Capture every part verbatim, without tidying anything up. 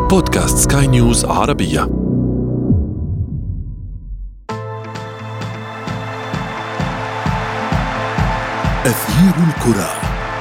بودكاست سكاي نيوز عربية. أثير الكرة.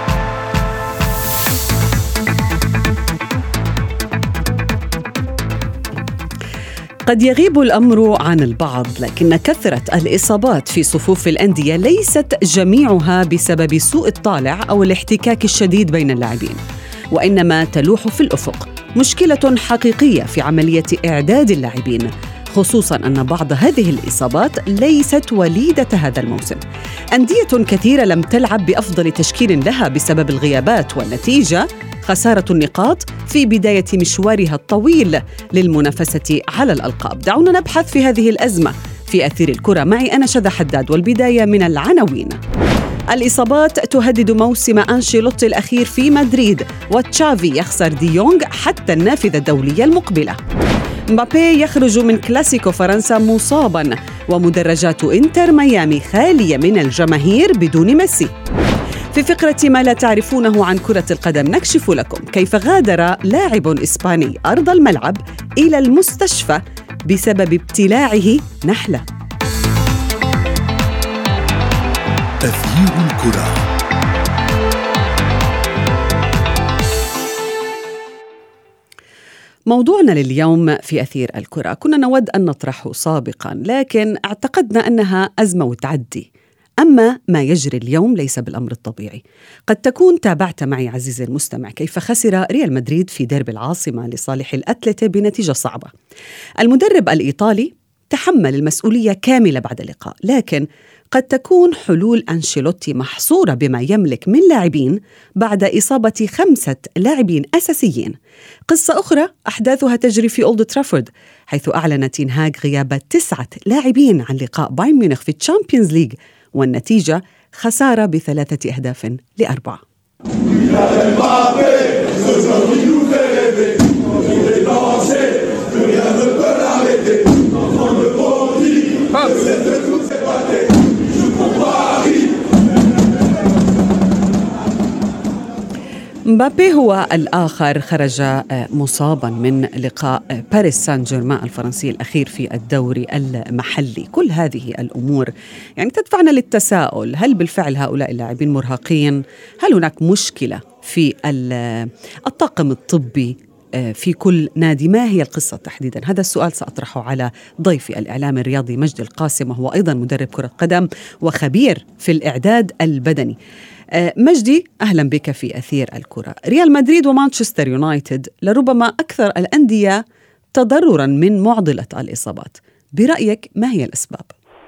قد يغيب الأمر عن البعض، لكن كثرة الإصابات في صفوف الأندية ليست جميعها بسبب سوء الطالع أو الاحتكاك الشديد بين اللاعبين، وإنما تلوح في الأفق مشكلة حقيقية في عملية إعداد اللاعبين، خصوصاً أن بعض هذه الإصابات ليست وليدة هذا الموسم. أندية كثيرة لم تلعب بأفضل تشكيل لها بسبب الغيابات، والنتيجة خسارة النقاط في بداية مشوارها الطويل للمنافسة على الألقاب. دعونا نبحث في هذه الأزمة في أثير الكرة. معي أنا شذى حداد، والبداية من العناوين. الإصابات تهدد موسم أنشيلوتي الأخير في مدريد، وتشافي يخسر ديونغ حتى النافذة الدولية المقبلة. مبابي يخرج من كلاسيكو فرنسا مصاباً، ومدرجات إنتر ميامي خالية من الجماهير بدون ميسي. في فقرة ما لا تعرفونه عن كرة القدم نكشف لكم كيف غادر لاعب إسباني أرض الملعب إلى المستشفى بسبب ابتلاعه نحلة. أثير الكرة. موضوعنا لليوم في أثير الكرة كنا نود أن نطرحه سابقا، لكن اعتقدنا أنها أزمة وتعدي. أما ما يجري اليوم ليس بالأمر الطبيعي. قد تكون تابعت معي عزيزي المستمع كيف خسر ريال مدريد في ديربي العاصمة لصالح الأتلتي بنتيجة صعبة. المدرب الإيطالي تحمل المسؤولية كاملة بعد اللقاء، لكن قد تكون حلول أنشيلوتي محصورة بما يملك من لاعبين بعد إصابة خمسة لاعبين أساسيين. قصة أخرى أحداثها تجري في أولد ترافورد، حيث أعلن تين هاغ غياب تسعة لاعبين عن لقاء بايرن ميونخ في الشامبيونز ليج، والنتيجة خسارة بثلاثة أهداف لأربعة. مبابي هو الآخر خرج مصابا من لقاء باريس سان جيرمان الفرنسي الأخير في الدوري المحلي. كل هذه الأمور يعني تدفعنا للتساؤل: هل بالفعل هؤلاء اللاعبين مرهقين؟ هل هناك مشكلة في الطاقم الطبي في كل نادي؟ ما هي القصة تحديدا؟ هذا السؤال سأطرحه على ضيفي الإعلامي الرياضي مجدي القاسم، وهو أيضا مدرب كرة قدم وخبير في الإعداد البدني. مجدي، أهلا بك في أثير الكرة. ريال مدريد ومانشستر يونايتد لربما أكثر الأندية تضررا من معضلة الإصابات، برأيك ما هي الأسباب؟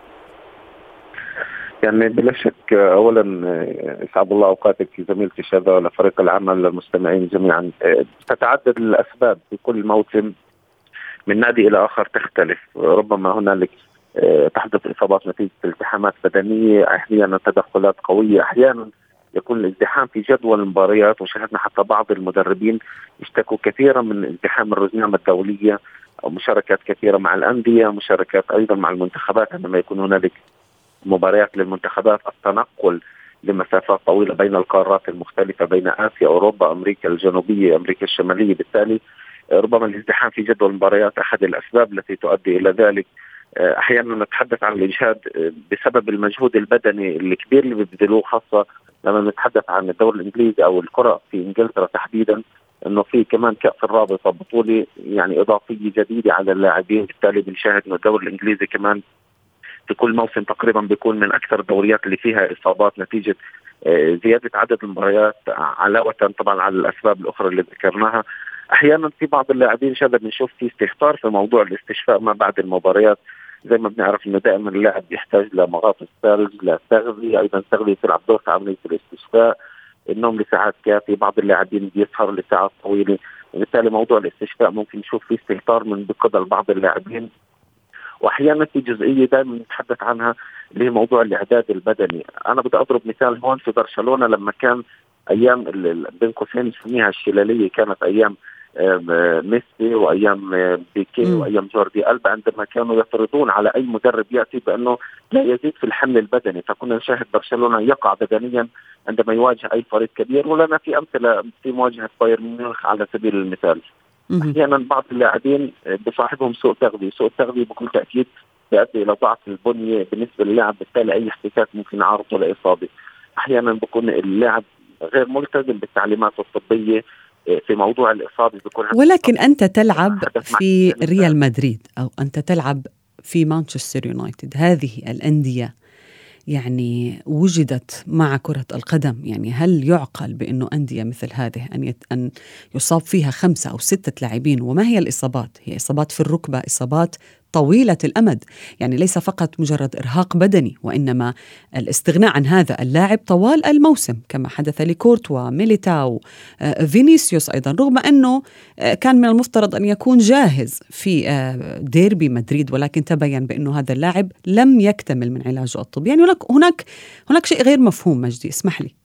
يعني بلا شك أولا أسعد الله أوقاتك زميلتي شذى ولفريق العمل للمستمعين جميعا. تتعدد الأسباب في كل موسم من نادي إلى آخر تختلف. ربما هنالك تحدث إصابات نتيجة التحامات بدنية، أحيانا تدخلات قوية، أحيانا يكون الازدحام في جدول المباريات، وشاهدنا حتى بعض المدربين يشتكوا كثيرا من ازدحام الرزنامة الدولية أو مشاركات كثيرة مع الأندية، مشاركات أيضا مع المنتخبات عندما يكون هنالك مباريات للمنتخبات، التنقل لمسافات طويلة بين القارات المختلفة، بين آسيا، أوروبا، أمريكا الجنوبية، أمريكا الشمالية. بالتالي ربما الازدحام في جدول المباريات أحد الأسباب التي تؤدي إلى ذلك. أحيانا نتحدث عن الإجهاد بسبب المجهود البدني الكبير اللي بيبذلوه، خاصة لما نتحدث عن الدوري الإنجليزي أو الكرة في إنجلترا تحديدا، إنه في كمان كأس الرابطة بطولة يعني إضافية جديدة على اللاعبين. بالتالي بنشاهد إنه الدوري الإنجليزي كمان في كل موسم تقريبا بيكون من أكثر الدوريات اللي فيها إصابات نتيجة زيادة عدد المباريات، علاوة طبعا على الأسباب الأخرى اللي ذكرناها. أحيانا في بعض اللاعبين شذا بنشوف في استهتار في موضوع الاستشفاء ما بعد المباريات. زي ما بنعرف إنه دائما اللاعب يحتاج لمغاطس ثلج، لتغذية، أيضا التغذية تلعب دور في عملية الاستشفاء، النوم لساعات كافية، بعض اللاعبين بيسهر لساعات طويلة، وبالتالي موضوع الاستشفاء ممكن نشوف فيه استهتار من قبل بعض اللاعبين. وأحيانا في جزئية دائما نتحدث عنها اللي هي موضوع الإعداد البدني. أنا بدي أضرب مثال هون في برشلونة لما كان أيام بين قوسين نسميها الشلالية، كانت أيام ميسي وأيام بيكي وأيام جوردي ألبا، عندما كانوا يفرضون على أي مدرب يأتي بأنه لا يزيد في الحمل البدني، فكنا نشاهد برشلونة يقع بدنيا عندما يواجه أي فريق كبير. ولنا في أمثلة في مواجهة بايرن ميونخ على سبيل المثال. أحيانا بعض اللاعبين بصاحبهم سوء تغذية، سوء التغذية بكل تأكيد بيؤدي إلى ضعف البنية بالنسبة للاعب، بالتالي أي احتكاك ممكن يعرضه لإصابة. أحيانا بكون اللاعب غير ملتزم بالتعليمات الطبية في موضوع الإصابة بيكون. ولكن أنت تلعب في ريال مدريد أو أنت تلعب في مانشستر يونايتد، هذه الأندية يعني وجدت مع كرة القدم، يعني هل يعقل بأنه أندية مثل هذه أن يت... أن يصاب فيها خمسة أو ستة لاعبين؟ وما هي الإصابات؟ هي إصابات في الركبة، إصابات طويلة الأمد، يعني ليس فقط مجرد إرهاق بدني، وإنما الاستغناء عن هذا اللاعب طوال الموسم كما حدث لكورتوا، ميليتاو، فينيسيوس أيضا، رغم أنه كان من المفترض أن يكون جاهز في ديربي مدريد، ولكن تبين بأنه هذا اللاعب لم يكتمل من علاجه الطبي. يعني هناك هناك هناك شيء غير مفهوم. مجدي اسمح لي.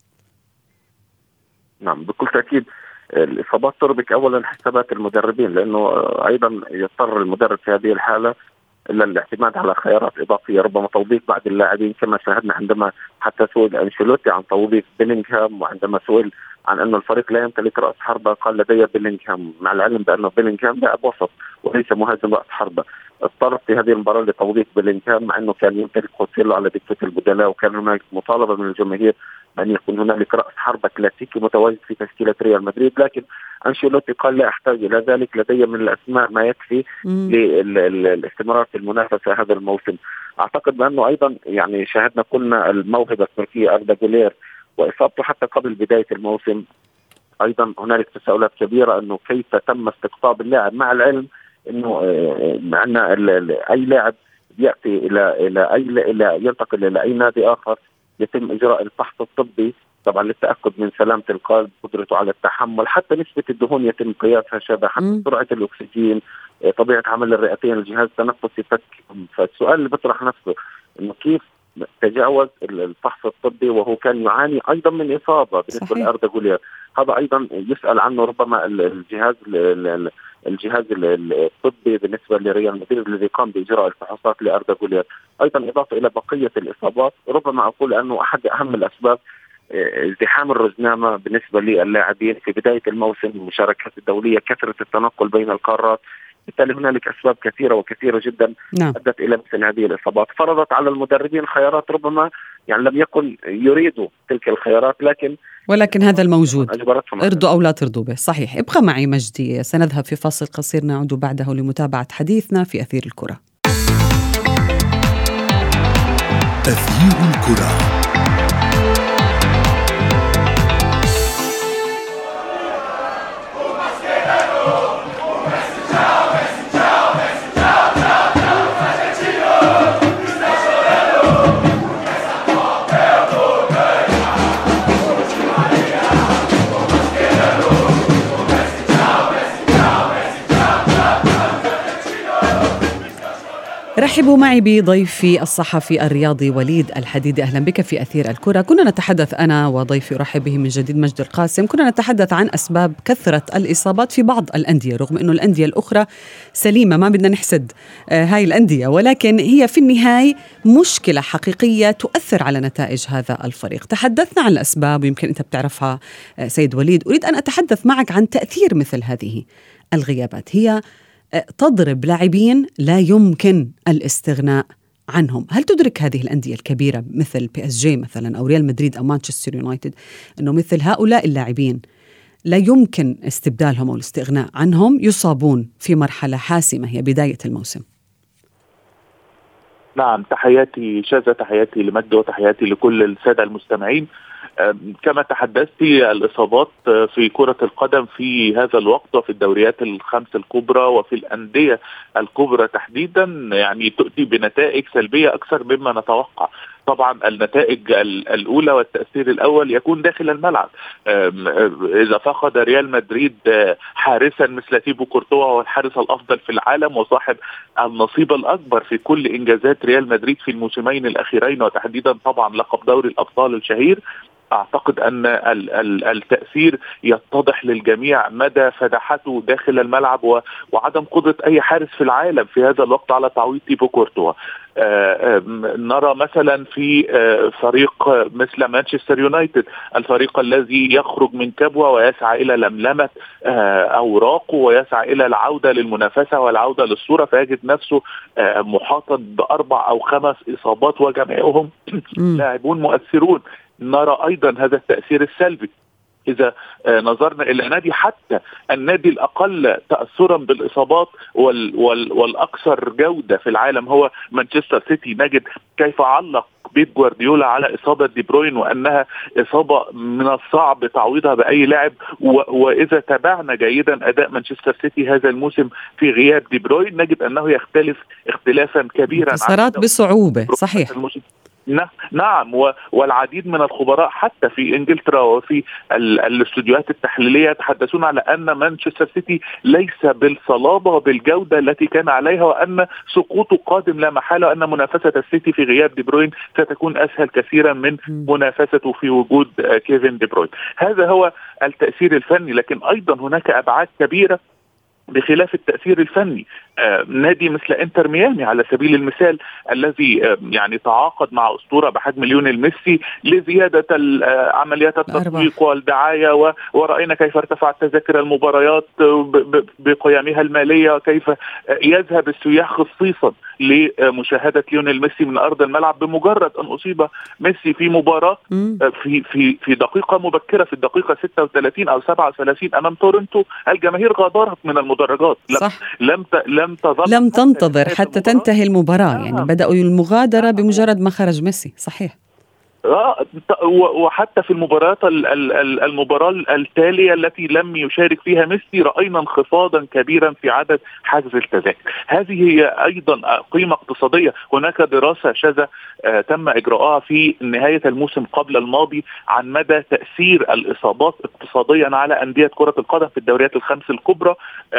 نعم بكل تأكيد الإصابات تربك أولا حسابات المدربين، لأنه أيضا يضطر المدرب في هذه الحالة إلا الاعتماد على خيارات إضافية، ربما توظيف بعض اللاعبين كما شاهدنا عندما حتى سئل أنشيلوتي عن توظيف بيلينغهام، وعندما سئل عن أن الفريق لا يمتلك رأس حربة قال لدي بيلينغهام، مع العلم بأنه بيلينغهام لاعب وسط وليس مهاجم رأس حربة. اضطر في هذه المباراة لتوظيف بيلينغهام مع أنه كان يمتلك خوسيلو على دكة البدلاء، وكان هناك مطالبة من الجماهير أن يكون هنالك رأس حربة كلاسيكي متواجد في تشكيلة ريال مدريد، لكن أنشيلوتي قال لا أحتاج إلى ذلك، لدي من الأسماء ما يكفي للاستمرار في المنافسة هذا الموسم. أعتقد بأنه أيضا يعني شاهدنا كلنا الموهبة التركية أردا جولير وإصابته حتى قبل بداية الموسم. أيضا هنالك تساؤلات كبيرة أنه كيف تم استقطاب اللاعب، مع العلم أنه معنا أي لاعب يأتي إلى إلى أي إلى ينتقل إلى أي نادي آخر يتم إجراء الفحص الطبي طبعا للتأكد من سلامة القلب، قدرته على التحمل، حتى نسبة الدهون يتم قياسها شبه، حتى سرعة الأكسجين، طبيعة عمل الرئتين، الجهاز التنفسي. فالسؤال اللي بطرح نفسه إنه كيف تجاوز الفحص الطبي وهو كان يعاني أيضا من إصابة بالنسبة لأردا جولير، هذا أيضا يسأل عنه ربما الجهاز الجهاز الطبي بالنسبة لريال مدريد الذي قام بإجراء الفحوصات لأردا جولير. أيضا إضافة إلى بقية الإصابات، ربما أقول أنه أحد أهم الأسباب ازدحام الرزنامة بالنسبة للاعبين في بداية الموسم، المشاركات الدولية، كثرة التنقل بين القارات، بالتالي هنالك أسباب كثيرة وكثيرة جدا نعم. أدت إلى مثل هذه الإصابات، فرضت على المدربين خيارات ربما يعني لم يكن يريدوا تلك الخيارات، لكن ولكن هذا الموجود، ارضوا أو لا ترضوا به. صحيح. ابقى معي مجدي، سنذهب في فاصل قصير، نعود بعده لمتابعة حديثنا في أثير الكرة. أثير الكرة. رحبوا معي بضيفي الصحفي الرياضي وليد الحديدي. أهلا بك في أثير الكرة. كنا نتحدث أنا وضيفي أرحب به من جديد مجد القاسم، كنا نتحدث عن أسباب كثرة الإصابات في بعض الأندية، رغم أنه الأندية الأخرى سليمة، ما بدنا نحسد هاي الأندية، ولكن هي في النهاية مشكلة حقيقية تؤثر على نتائج هذا الفريق. تحدثنا عن الأسباب ويمكن أنت بتعرفها سيد وليد. أريد أن أتحدث معك عن تأثير مثل هذه الغيابات. هي تضرب لاعبين لا يمكن الاستغناء عنهم. هل تدرك هذه الأندية الكبيرة مثل بي اس جي مثلا أو ريال مدريد أو مانشستر يونايتد أنه مثل هؤلاء اللاعبين لا يمكن استبدالهم أو الاستغناء عنهم، يصابون في مرحلة حاسمة هي بداية الموسم؟ نعم، تحياتي شاذة، تحياتي لمجد وتحياتي لكل السادة المستمعين. كما تحدثت، الإصابات في كرة القدم في هذا الوقت وفي الدوريات الخمس الكبرى وفي الأندية الكبرى تحديدا يعني تؤتي بنتائج سلبية أكثر مما نتوقع. طبعا النتائج الأولى والتأثير الأول يكون داخل الملعب. إذا فقد ريال مدريد حارسا مثل تيبو كورتوا والحارس الأفضل في العالم وصاحب النصيب الأكبر في كل إنجازات ريال مدريد في الموسمين الأخيرين وتحديدا طبعا لقب دوري الأبطال الشهير، أعتقد أن التأثير يتضح للجميع مدى فدحته داخل الملعب وعدم قدرة أي حارس في العالم في هذا الوقت على تعويض تيبو كورتوا. نرى مثلا في فريق مثل مانشستر يونايتد، الفريق الذي يخرج من كبوة ويسعى إلى لملمة أوراقه ويسعى إلى العودة للمنافسة والعودة للصورة، فيجد نفسه محاطا بأربع أو خمس إصابات وجميعهم لاعبون مؤثرون. نرى أيضا هذا التأثير السلبي إذا نظرنا إلى نادي، حتى النادي الأقل تأثرا بالإصابات وال وال والأكثر جودة في العالم هو مانشستر سيتي، نجد كيف علق بيب جوارديولا على إصابة دي بروين وأنها إصابة من الصعب تعويضها بأي لاعب. وإذا تابعنا جيدا أداء مانشستر سيتي هذا الموسم في غياب دي بروين نجد أنه يختلف اختلافا كبيرا، انتصارات بصعوبة. صحيح. نعم، والعديد من الخبراء حتى في انجلترا وفي الاستوديوهات التحليليه يتحدثون على ان مانشستر سيتي ليس بالصلابه وبالجوده التي كان عليها، وان سقوطه قادم لا محاله، وان منافسه السيتي في غياب دي بروين ستكون اسهل كثيرا من منافسته في وجود كيفن دي بروين. هذا هو التاثير الفني، لكن ايضا هناك ابعاد كبيره بخلاف التأثير الفني. آه نادي مثل انتر ميامي على سبيل المثال الذي آه يعني تعاقد مع أسطورة بحجم ليونيل ميسي لزيادة آه عمليات التسويق والدعاية، ورأينا كيف ارتفعت تذاكر المباريات بقيمها المالية، وكيف آه يذهب السياح خصيصا لمشاهدة ليونيل ميسي من أرض الملعب. بمجرد أن أصيب ميسي في مباراة آه في في في دقيقة مبكرة في الدقيقة ستة وثلاثين أو سبعة وثلاثين أمام تورنتو، الجماهير غادرت من المدرجات. صح. لم لم تظل لم تنتظر حتى, حتى تنتهي المباراة. آه. يعني بدأوا المغادرة بمجرد ما خرج ميسي. صحيح. وحتى في المباريات المباراة التالية التي لم يشارك فيها ميسي رأينا انخفاضا كبيرا في عدد حجز التذاكر. هذه هي أيضا قيمة اقتصادية. هناك دراسة شاذة تم إجراءها في نهاية الموسم قبل الماضي عن مدى تأثير الإصابات اقتصاديا على أندية كرة القدم في الدوريات الخمس الكبرى.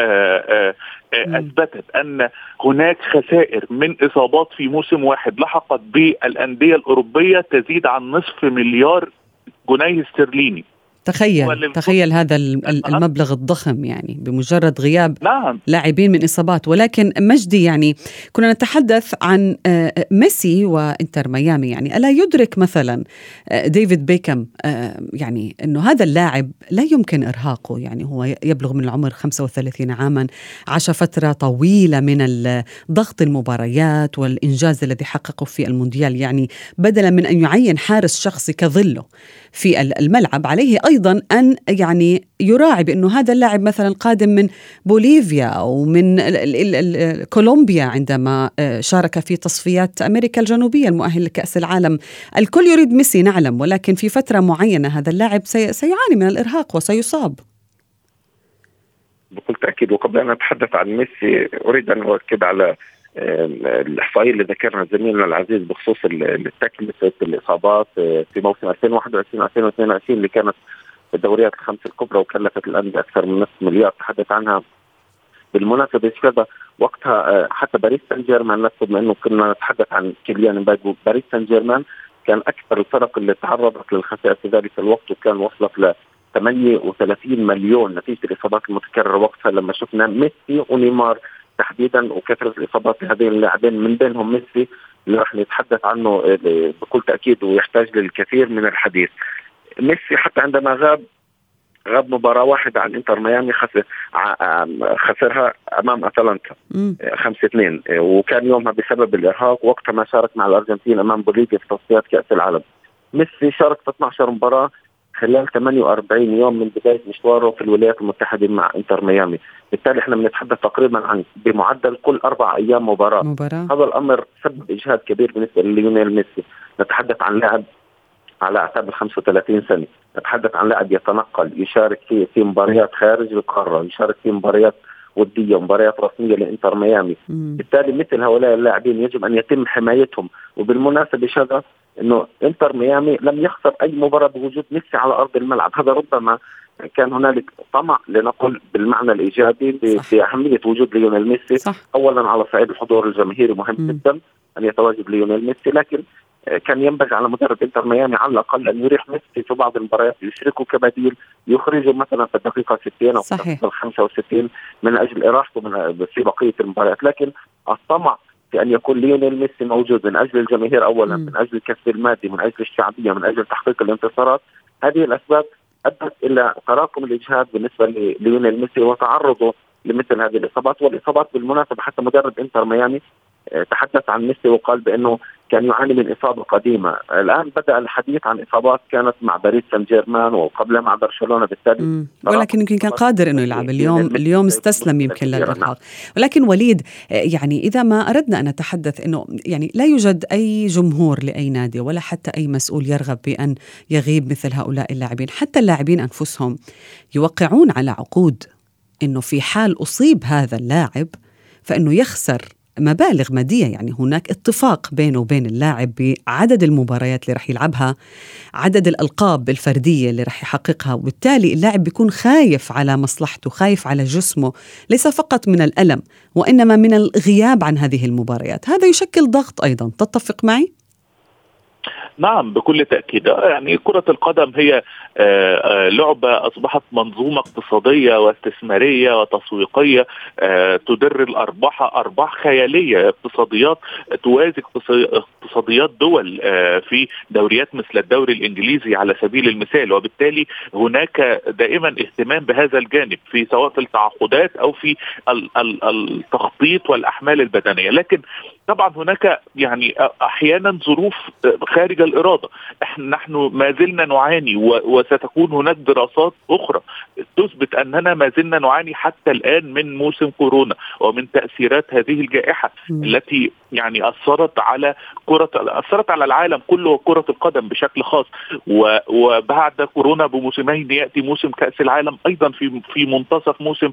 أثبتت أن هناك خسائر من إصابات في موسم واحد لحقت بالأندية الأوروبية تزيد عن نصف مليار جنيه استرليني. تخيل تخيل هذا المبلغ الضخم يعني بمجرد غياب نعم. لاعبين من إصابات. ولكن مجدي، يعني كنا نتحدث عن ميسي وإنتر ميامي، يعني ألا يدرك مثلا ديفيد بيكم يعني أنه هذا اللاعب لا يمكن إرهاقه؟ يعني هو يبلغ من العمر خمسة وثلاثين عاما، عاش فترة طويلة من ضغط المباريات والإنجاز الذي حققه في المونديال، يعني بدلا من أن يعين حارس شخصي كظله في الملعب عليه أيضا أن يعني يراعي بأنه هذا اللاعب مثلا قادم من بوليفيا أو من كولومبيا عندما شارك في تصفيات أمريكا الجنوبية المؤهل لكأس العالم. الكل يريد ميسي نعلم، ولكن في فترة معينة هذا اللاعب سيعاني من الإرهاق وسيصاب بكل تأكيد. وقبل أن أتحدث عن ميسي أريد أن أؤكد على الإحصائية اللي ذكرنا زميلنا العزيز بخصوص التكلفة الإصابات في موسم ألفين وواحد وعشرين ألفين واثنين وعشرين اللي كانت في الدوريات الخمس الكبرى وكلفت الأندية أكثر من نصف مليار. تحدث عنها بالمناسبة كذا وقتها حتى باريس سان جيرمان نفسه، بما أنه كنا نتحدث عن كيليان مبابي، باريس سان جيرمان كان أكثر الفرق اللي تعرضت للخسائر في ذلك الوقت، وكان وصلت ل ثمانية وثلاثين مليون نتيجة الإصابات المتكررة وقتها، لما شفنا ميسي ونيمار تحديدا وكثرة الإصابات لهذين اللاعبين، من بينهم ميسي اللي راح نتحدث عنه بكل تأكيد ويحتاج للكثير من الحديث. ميسي حتى عندما غاب غاب مباراة واحدة عن انتر ميامي، خسر خسرها أمام أتلانتا خمسة اثنين، وكان يومها بسبب الإرهاق. وقتها ما شارك مع الأرجنتين أمام بوليفيا في تصفيات كأس العالم. ميسي شارك في اثنتي عشرة مباراة خلال ثمانية وأربعين يوم من بداية مشواره في الولايات المتحدة مع انتر ميامي. بالتالي احنا بنتحدث تقريبا عن بمعدل كل أربع أيام مباراة. مباراة. هذا الأمر سبب إجهاد كبير بالنسبة لليونيل ميسي. نتحدث عن لاعب على أعتاب الخمسة وثلاثين سنة، نتحدث عن لاعب يتنقل، يشارك في في مباريات خارج القارة، يشارك في مباريات ودية، مباريات رسمية لإنتر ميامي. مم. بالتالي مثل هؤلاء اللاعبين يجب أن يتم حمايتهم. وبالمناسبة شذا إنه إنتر ميامي لم يخسر أي مباراة بوجود ميسي على أرض الملعب. هذا ربما كان هنالك طمع لنقل بالمعنى الإيجابي بأهمية وجود ليونيل ميسي. صح. أولا على صعيد الحضور الجماهيري مهم مم. جدا أن يتواجد ليونيل ميسي، لكن كان ينبغي على مدرب انتر ميامي على الأقل أن يريح ميسي في بعض المباريات، يشركه كبديل، يخرجه مثلا في الدقيقة ستين أو في الخمسة وستين من أجل إراحته من في بقية المباريات. لكن الطمع ميسي أن يكون ليونيل ميسي موجود من أجل الجماهير أولا، من أجل الكسب المادي، من أجل الشعبية، من أجل تحقيق الانتصارات. هذه الأسباب أدت إلى تراكم الإجهاد بالنسبة لليونيل ميسي وتعرضه لمثل هذه الإصابات. والإصابات بالمناسبة حتى مدرب إنتر ميامي تحدث عن ميسي وقال بأنه كان يعاني من إصابة قديمة. الآن بدأ الحديث عن إصابات كانت مع باريس سان جيرمان وقبلها مع برشلونة، بالتالي ولكن يمكن كان قادر أنه يلعب اليوم. اليوم استسلم يمكن للإرهاق. ولكن وليد، يعني إذا ما أردنا أن نتحدث أنه يعني لا يوجد أي جمهور لأي نادي ولا حتى أي مسؤول يرغب بأن يغيب مثل هؤلاء اللاعبين، حتى اللاعبين أنفسهم يوقعون على عقود أنه في حال أصيب هذا اللاعب فإنه يخسر مبالغ مادية. يعني هناك اتفاق بينه وبين اللاعب بعدد المباريات اللي رح يلعبها، عدد الألقاب الفردية اللي رح يحققها، وبالتالي اللاعب بيكون خايف على مصلحته، خايف على جسمه، ليس فقط من الألم وإنما من الغياب عن هذه المباريات. هذا يشكل ضغط أيضا. تتفق معي؟ نعم بكل تأكيد. يعني كرة القدم هي لعبة أصبحت منظومة اقتصادية واستثمارية وتسويقية تدر الأرباح أرباح خيالية، اقتصاديات توازي اقتصاديات دول في دوريات مثل الدوري الإنجليزي على سبيل المثال. وبالتالي هناك دائما اهتمام بهذا الجانب في سواء في التعاقدات أو في التخطيط والأحمال البدنية. لكن طبعا هناك يعني أحيانا ظروف خارج الإرادة. نحن ما زلنا نعاني وستكون هناك دراسات أخرى تثبت أننا ما زلنا نعاني حتى الآن من موسم كورونا ومن تأثيرات هذه الجائحة م. التي يعني أثرت على كرة أثرت على العالم كله وكرة القدم بشكل خاص. وبعد كورونا بموسمين يأتي موسم كأس العالم أيضا في في منتصف موسم،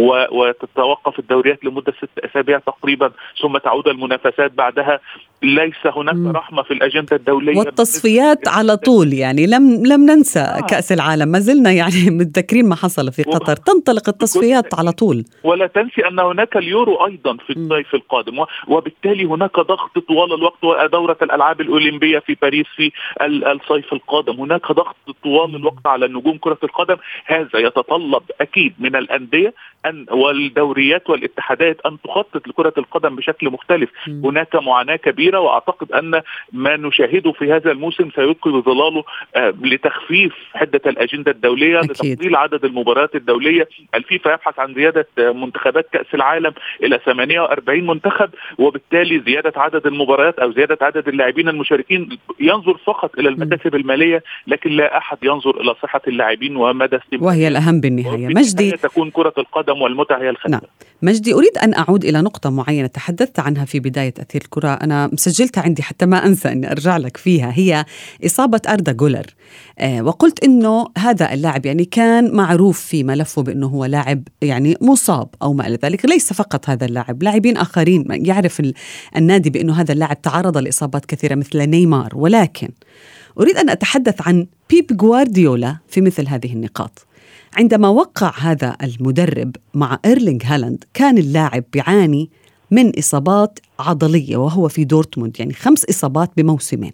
وتتوقف الدوريات لمدة ست أسابيع تقريبا، ثم تعود المنافسات بعدها. ليس هناك م. رحمة في الأجندة الدولية والتصفيات على طول. يعني لم لم ننسى آه. كأس العالم، ما زلنا يعني متذكرين ما حصل في قطر، تنطلق التصفيات على طول. ولا تنسي أن هناك اليورو أيضا في الصيف القادم، وبالتالي هناك ضغط طوال الوقت، ودورة الألعاب الأولمبية في باريس في الصيف القادم. هناك ضغط طوال الوقت على النجوم كرة القدم. هذا يتطلب أكيد من الأندية أن والدوريات والاتحادات أن تخطط لكرة القدم بشكل مختلف. م. هناك معاناة كبيرة، وأعتقد أن ما نشاهده في هذا الموسم سيلقي بظلاله آه لتخفيف حدة الأجندة الدولية، لتقليل عدد المباريات الدولية. الفيفا يبحث عن زيادة منتخبات كأس العالم إلى ثمانية وأربعين منتخب، وبالتالي زيادة عدد المباريات أو زيادة عدد اللاعبين المشاركين ينظر فقط إلى المكاسب المالية، لكن لا أحد ينظر إلى صحة اللاعبين ومدى استمراريتهم، وهي الأهم بالنهاية. مجدي، تكون كرة القدم والمتعة هي الخاسرة. نعم. مجدي، أريد أن أعود إلى نقطة معينة تحدثت عنها في بداية أثير الكرة، أنا مسجلتها عندي حتى ما أنسى أني أرجع لك فيها، هي إصابة أردا جولر. آه وقلت إنه هذا اللاعب يعني كان معروف في ملفه بأنه هو لاعب يعني مصاب أو ما إلى ذلك. ليس فقط هذا اللاعب، لاعبين آخرين يعرف النادي بأنه هذا اللاعب تعرض لإصابات كثيرة مثل نيمار. ولكن أريد أن أتحدث عن بيب غوارديولا في مثل هذه النقاط. عندما وقع هذا المدرب مع إيرلينغ هالاند كان اللاعب بيعاني من إصابات عضلية وهو في دورتموند، يعني خمس إصابات بموسمين.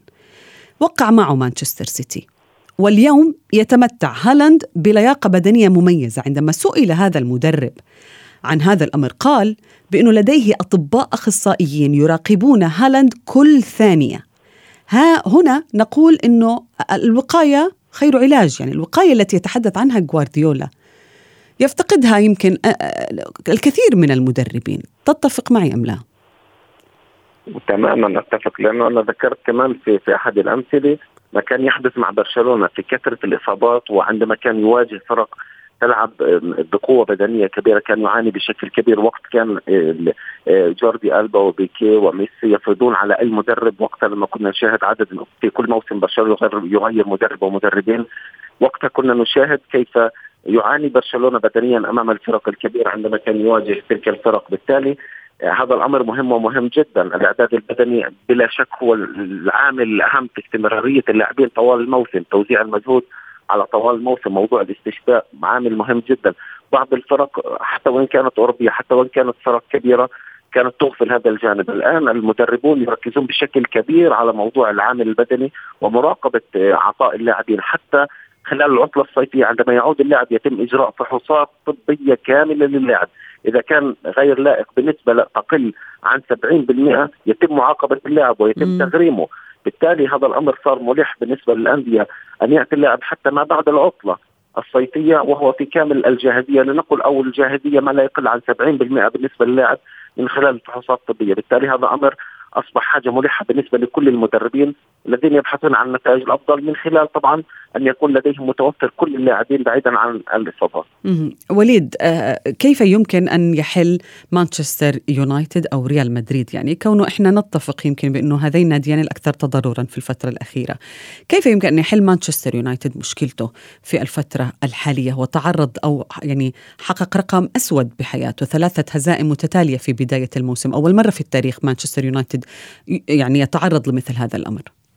وقع معه مانشستر سيتي، واليوم يتمتع هالاند بلياقة بدنية مميزة. عندما سئل هذا المدرب عن هذا الأمر قال بأنه لديه أطباء أخصائيين يراقبون هالاند كل ثانية. ها هنا نقول أنه الوقاية خير علاج، يعني الوقاية التي يتحدث عنها غوارديولا يفتقدها يمكن الكثير من المدربين. تتفق معي أم لا؟ تماما أتفق، لأنه أنا ذكرت كمان في في أحد الأمثلة ما كان يحدث مع برشلونة في كثرة الإصابات، وعندما كان يواجه فرق تلعب بقوة بدنية كبيرة كان يعاني بشكل كبير. وقت كان جوردي ألبا وبيكي وميسي يفرضون على أي مدرب، وقتها لما كنا نشاهد عدد في كل موسم برشلونة يغير مدرب ومدربين، وقتها كنا نشاهد كيف يعاني برشلونة بدنيا أمام الفرق الكبيرة عندما كان يواجه تلك الفرق. بالتالي هذا الأمر مهم ومهم جدا. الإعداد البدني بلا شك هو العامل الأهم في استمرارية اللاعبين طوال الموسم، توزيع المجهود على طوال الموسم. موضوع الاستشفاء عامل مهم جدا. بعض الفرق حتى وإن كانت أوروبية، حتى وإن كانت فرق كبيرة، كانت تغفل هذا الجانب. الآن المدربون يركزون بشكل كبير على موضوع العامل البدني ومراقبة عطاء اللاعبين، حتى خلال العطلة الصيفية عندما يعود اللاعب يتم إجراء فحوصات طبية كاملة للاعب، إذا كان غير لائق بنسبة لا تقل عن سبعين بالمئة يتم معاقبة اللاعب ويتم م. تغريمه. بالتالي هذا الأمر صار ملح بالنسبة للأندية أن يأتي اللاعب حتى ما بعد العطلة الصيفية وهو في كامل الجاهزية، لنقل أو الجاهزية ما لا يقل عن سبعين بالمئة بالنسبة للاعب من خلال الفحوصات الطبية. بالتالي هذا أمر أصبح حاجة ملحة بالنسبة لكل المدربين الذين يبحثون عن النتائج الأفضل، من خلال طبعا أن يكون لديهم متوفر كل اللاعبين بعيدا عن الإصابات. وليد، كيف يمكن أن يحل مانشستر يونايتد أو ريال مدريد، يعني كونه إحنا نتفق يمكن بأنه هذين الناديان الأكثر تضررا في الفترة الأخيرة، كيف يمكن أن يحل مانشستر يونايتد مشكلته في الفترة الحالية وتعرض أو يعني حقق رقم أسود بحياته، ثلاثة هزائم متتالية في بداية الموسم، أول مرة في التاريخ مانشستر يونايتد يعني يتعرض لمثل هذا الأمر؟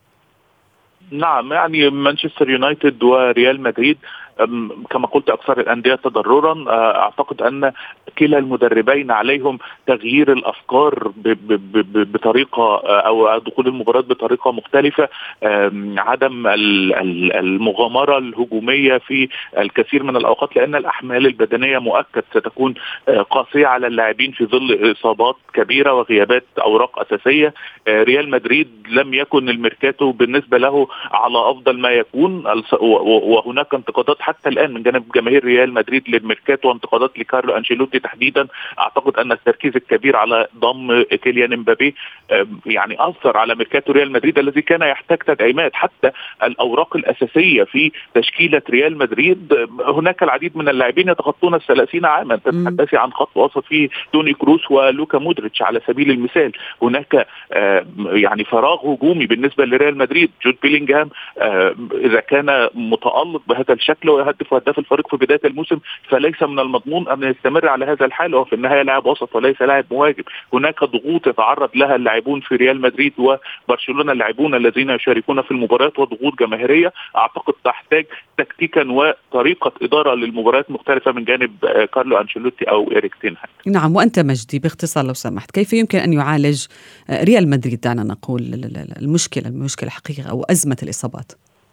نعم، يعني مانشستر يونايتد وريال مدريد كما قلت أكثر الأندية تضررا. أعتقد أن كلا المدربين عليهم تغيير الأفكار بطريقة أو دخول المباراة بطريقة مختلفة، عدم المغامرة الهجومية في الكثير من الأوقات، لأن الأحمال البدنية مؤكد ستكون قاسية على اللاعبين في ظل إصابات كبيرة وغيابات أوراق أساسية. ريال مدريد لم يكن الميركاتو بالنسبة له على أفضل ما يكون، وهناك انتقادات حتى الآن من جانب جماهير ريال مدريد للميركاتو وانتقادات لكارلو أنشيلوتي تحديدا. أعتقد أن التركيز الكبير على ضم كيليان امبابي يعني أثر على ميركاتو ريال مدريد الذي كان يحتاج تدعيمات. حتى الأوراق الأساسية في تشكيلة ريال مدريد هناك العديد من اللاعبين يتخطون الثلاثين عاما، تتحدثي عن خط وسط فيه توني كروس ولوكا مودريتش على سبيل المثال. هناك يعني فراغ هجومي بالنسبة لريال مدريد. جود بيلينغهام إذا كان متألق بهذا الشكل ويهدف وهداف الفريق في بداية الموسم فليس من المضمون أن يستمر على هذا الحال، وفي النهاية لاعب وسط وليس لاعب مهاجم. هناك ضغوط يتعرض لها اللاعبون في ريال مدريد وبرشلونة اللاعبون الذين يشاركون في المباريات وضغوط جماهيرية أعتقد تحتاج تكتيكا وطريقة إدارة للمباريات مختلفة من جانب كارلو أنشيلوتي أو إريك تين هاج. نعم، وأنت مجدي باختصار لو سمحت، كيف يمكن أن يعالج ريال مدريد دعنا نقول المشكلة المشكلة الحقيقة أو أزمة الإصابات؟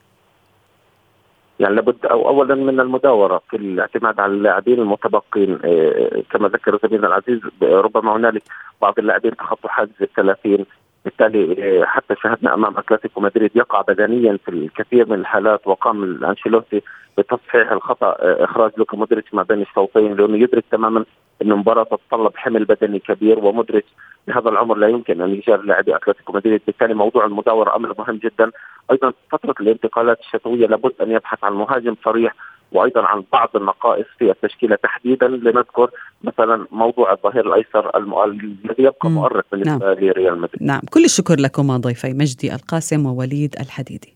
يعني لابد أو أولا من المداورة في الاعتماد على اللاعبين المتبقين. كما ذكر زميلنا العزيز ربما هنالك بعض اللاعبين تخطوا حاجز الثلاثين، بالتالي حتى شاهدنا أمام أتلتيكو مدريد يقع بدنيا في الكثير من الحالات، وقام أنشيلوتي بتصحيح الخطأ إخراج لوكا مودريتش ما بين الشوطين، لأنه يدرك تماما أن المباراة تتطلب حمل بدني كبير، ومودريتش بهذا العمر لا يمكن أن يجار لاعبي أتلتيكو مدريد. بالتالي موضوع المداورة أمر مهم جدا. أيضا فترة الانتقالات الشتوية لابد أن يبحث عن مهاجم صريح، وأيضا عن بعض النقائص في التشكيلة تحديدا. لنذكر مثلا موضوع الظهير الأيسر الذي يبقى مؤرق بالنسبة نعم. لريال مدريد. نعم، كل الشكر لكم ضيفي مجدي القاسم ووليد الحديدي.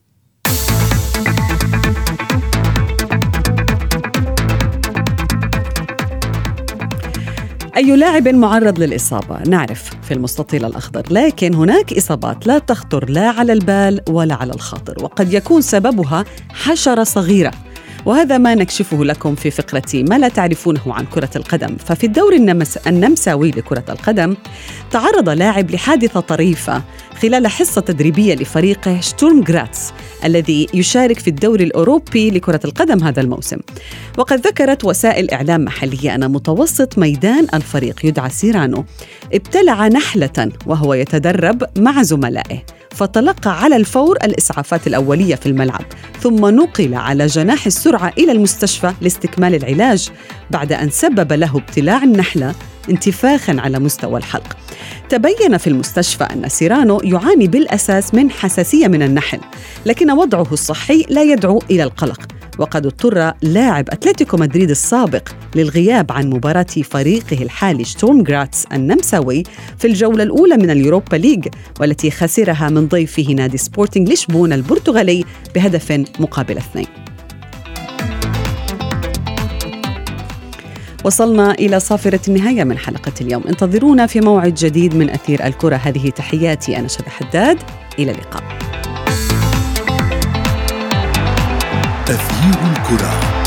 أي لاعب معرض للإصابة؟ نعرف في المستطيل الأخضر، لكن هناك إصابات لا تخطر لا على البال ولا على الخاطر، وقد يكون سببها حشرة صغيرة، وهذا ما نكشفه لكم في فقرة ما لا تعرفونه عن كرة القدم. ففي الدوري النمس النمساوي لكرة القدم تعرض لاعب لحادثة طريفة خلال حصة تدريبية لفريقه شتورم غراتس الذي يشارك في الدوري الأوروبي لكرة القدم هذا الموسم. وقد ذكرت وسائل إعلام محلية أن متوسط ميدان الفريق يدعى سيرانو ابتلع نحلة وهو يتدرب مع زملائه، فتلقى على الفور الإسعافات الأولية في الملعب، ثم نقل على جناح السرعة إلى المستشفى لاستكمال العلاج بعد أن سبب له ابتلاع النحلة انتفاخاً على مستوى الحلق. تبين في المستشفى أن سيرانو يعاني بالأساس من حساسية من النحل، لكن وضعه الصحي لا يدعو إلى القلق. وقد اضطر لاعب أتلتيكو مدريد السابق للغياب عن مباراة فريقه الحالي شتورم غراتس النمساوي في الجولة الأولى من اليوروبا ليج، والتي خسرها من ضيفه نادي سبورتينغ لشبونة البرتغالي بهدف مقابل اثنين. وصلنا إلى صافرة النهاية من حلقة اليوم. انتظرونا في موعد جديد من أثير الكرة. هذه تحياتي، أنا شذى حداد، إلى اللقاء. أثير الكرة.